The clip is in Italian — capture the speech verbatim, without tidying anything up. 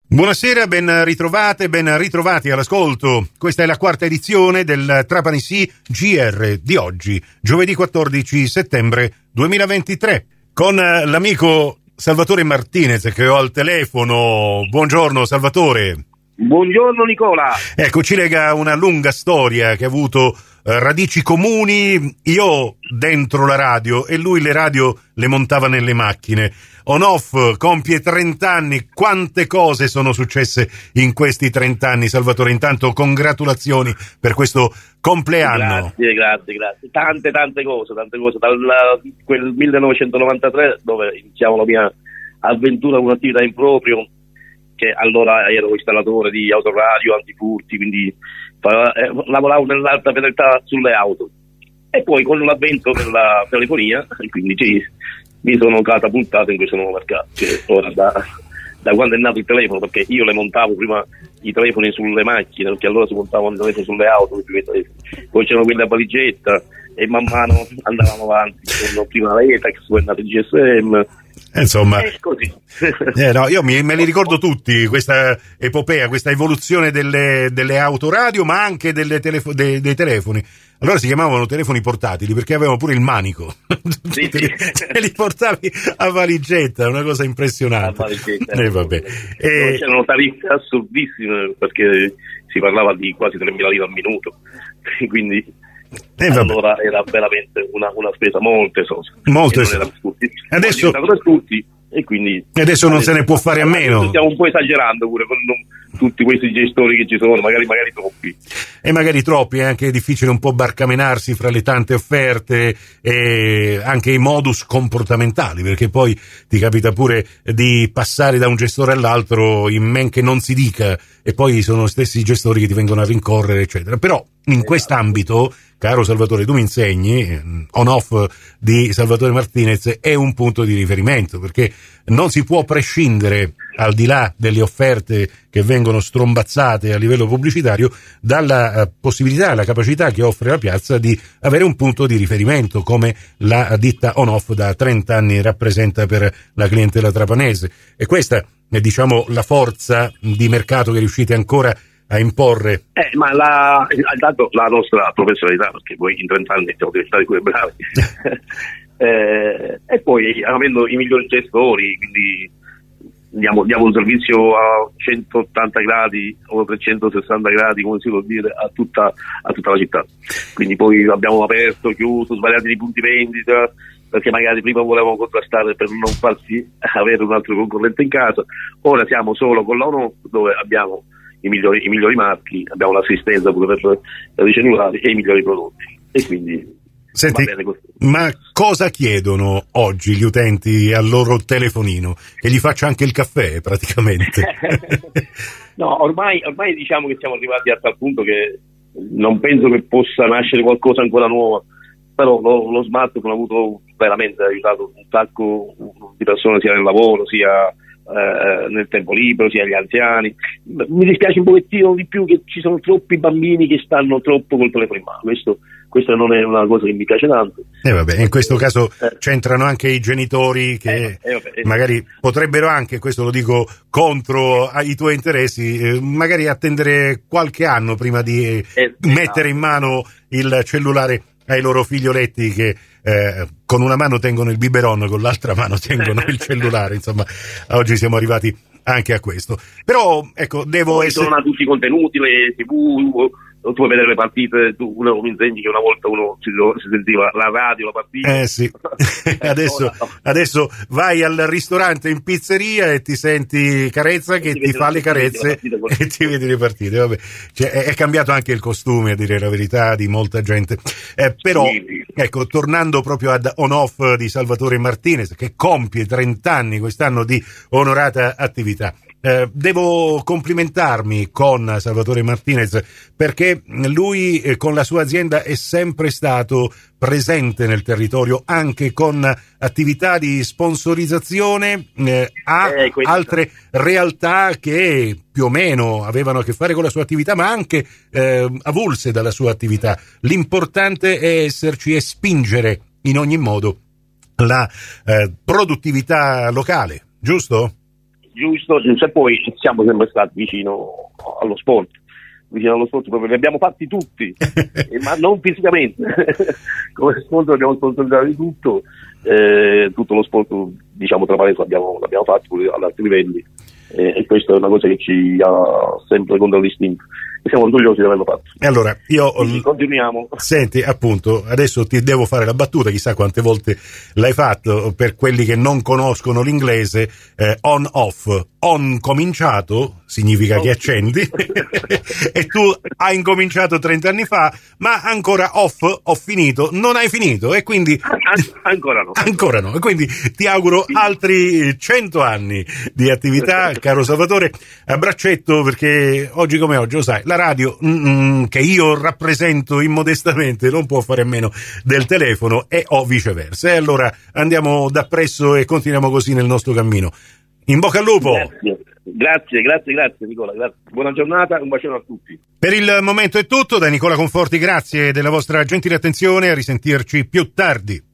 Buonasera, ben ritrovate, ben ritrovati all'ascolto. Questa è la quarta edizione del Trapani Sì G R di oggi, giovedì quattordici settembre duemilaventitré, con l'amico Salvatore Martinez che ho al telefono. Buongiorno Salvatore. Buongiorno Nicola. Ecco, ci lega una lunga storia che ha avuto eh, radici comuni, io dentro la radio e lui le radio le montava nelle macchine. On-Off compie trenta anni, quante cose sono successe in questi trenta anni, Salvatore? Intanto congratulazioni per questo compleanno. Grazie, grazie, grazie. Tante, tante cose, tante cose. Dal quel millenovecentonovantatré, dove iniziavo la mia avventura con un'attività in proprio, che allora ero installatore di autoradio, antifurti, quindi eh, lavoravo nell'alta fedeltà sulle auto. E poi con l'avvento della telefonia, quindi ci, mi sono catapultato in questo nuovo mercato. Cioè, ora da, da quando è nato il telefono, perché io le montavo prima i telefoni sulle macchine, perché allora si montavano i telefoni sulle auto, i primi telefoni. Poi c'erano quelli a valigetta e man mano andavamo avanti, con prima la Etax, poi è nato il G S M. Insomma, è così. eh no, io mi, me li ricordo tutti, questa epopea, questa evoluzione delle, delle autoradio, ma anche delle telefo- dei, dei telefoni. Allora si chiamavano telefoni portatili perché avevano pure il manico. Sì, te, sì. li, te li portavi a valigetta, una cosa impressionante. A valigetta. Eh, vabbè. E... c'erano tariffe assurdissime perché si parlava di quasi tremila lire al minuto, quindi eh, allora era veramente una, una spesa molto esosa. Molto esosa. Adesso per tutti e quindi adesso non se ne può fare a meno. Stiamo un po' esagerando pure con tutti questi gestori che ci sono, magari magari troppi. E magari troppi, è anche difficile un po' barcamenarsi fra le tante offerte e anche i modus comportamentali, perché poi ti capita pure di passare da un gestore all'altro in men che non si dica, e poi sono stessi gestori che ti vengono a rincorrere, eccetera. Però in quest'ambito, caro Salvatore, tu mi insegni, On-Off di Salvatore Martinez è un punto di riferimento, perché non si può prescindere, al di là delle offerte che vengono strombazzate a livello pubblicitario, dalla uh, possibilità, la capacità che offre la piazza di avere un punto di riferimento, come la ditta On-Off da trenta anni rappresenta per la clientela trapanese. E questa è, diciamo, la forza di mercato che riuscite ancora a imporre. Eh, ma la, intanto la nostra professionalità, perché poi in trenta anni siamo diventati pure bravi. eh, e poi avendo i migliori gestori, quindi diamo, diamo un servizio a centottanta gradi o trecentosessanta gradi, come si può dire, a tutta, a tutta la città. Quindi poi abbiamo aperto, chiuso, svariati di punti vendita, perché magari prima volevamo contrastare per non farsi avere un altro concorrente in casa. Ora siamo solo con la On-Off, dove abbiamo i migliori, i migliori marchi, abbiamo l'assistenza pure per, per i cellulari e i migliori prodotti, e quindi senti, va bene così. Ma cosa chiedono oggi gli utenti al loro telefonino? Che gli faccia anche il caffè praticamente? No, ormai, ormai diciamo che siamo arrivati a tal punto che non penso che possa nascere qualcosa ancora nuovo, però lo, lo smartphone ha avuto veramente aiutato un sacco di persone, sia nel lavoro sia Eh, nel tempo libero, sia agli anziani. Mi dispiace un pochettino di più che ci sono troppi bambini che stanno troppo col telefono in mano. Questo, questa non è una cosa che mi piace tanto. E eh vabbè, in questo caso eh. c'entrano anche i genitori che eh, eh, vabbè, eh. magari potrebbero anche, questo lo dico contro ai tuoi interessi, eh, magari attendere qualche anno prima di eh, mettere in mano il cellulare ai loro figlioletti che eh, con una mano tengono il biberon, con l'altra mano tengono il cellulare. Insomma, oggi siamo arrivati anche a questo. Però ecco, devo poi essere... sono tutti i contenuti, le tivù, tu puoi vedere le partite, tu uno mi insegni che una volta uno si, si sentiva la radio, la partita. Eh sì, adesso, adesso vai al ristorante, in pizzeria, e ti senti Carezza che ti, ti fa le carezze e ti vedi le partite. Vabbè, cioè, è, è cambiato anche il costume, a dire la verità, di molta gente. Eh, però, sì. Ecco, tornando proprio ad On-Off di Salvatore Martinez, che compie trenta anni quest'anno di onorata attività. Eh, devo complimentarmi con Salvatore Martinez, perché lui eh, con la sua azienda è sempre stato presente nel territorio, anche con attività di sponsorizzazione eh, a eh, altre realtà che più o meno avevano a che fare con la sua attività, ma anche eh, avulse dalla sua attività. L'importante è esserci e spingere in ogni modo la eh, produttività locale, giusto? giusto, giusto, e poi siamo sempre stati vicino allo sport, vicino allo sport proprio, li abbiamo fatti tutti, eh, ma non fisicamente, come sponsor abbiamo sponsorizzato di tutto, eh, tutto lo sport, diciamo, tra parentesi l'abbiamo, l'abbiamo fatto ad alti livelli, eh, e questa è una cosa che ci ha sempre contraddistinto. E siamo orgogliosi di averlo fatto. E allora io Quindi continuiamo. Senti, appunto, adesso ti devo fare la battuta, chissà quante volte l'hai fatto, per quelli che non conoscono l'inglese, eh, on off. On cominciato significa oh. che accendi e tu hai incominciato trenta anni fa, ma ancora off, ho finito, non hai finito, e quindi An- ancora no. Ancora no, e quindi ti auguro altri cento anni di attività, caro Salvatore. A braccetto, perché oggi come oggi, lo sai, la radio mm, che io rappresento immodestamente non può fare a meno del telefono, e o viceversa. E allora andiamo dappresso e continuiamo così nel nostro cammino. In bocca al lupo! Grazie, grazie, grazie, grazie Nicola, grazie. Buona giornata, un bacione a tutti. Per il momento è tutto, da Nicola Conforti grazie della vostra gentile attenzione, a risentirci più tardi.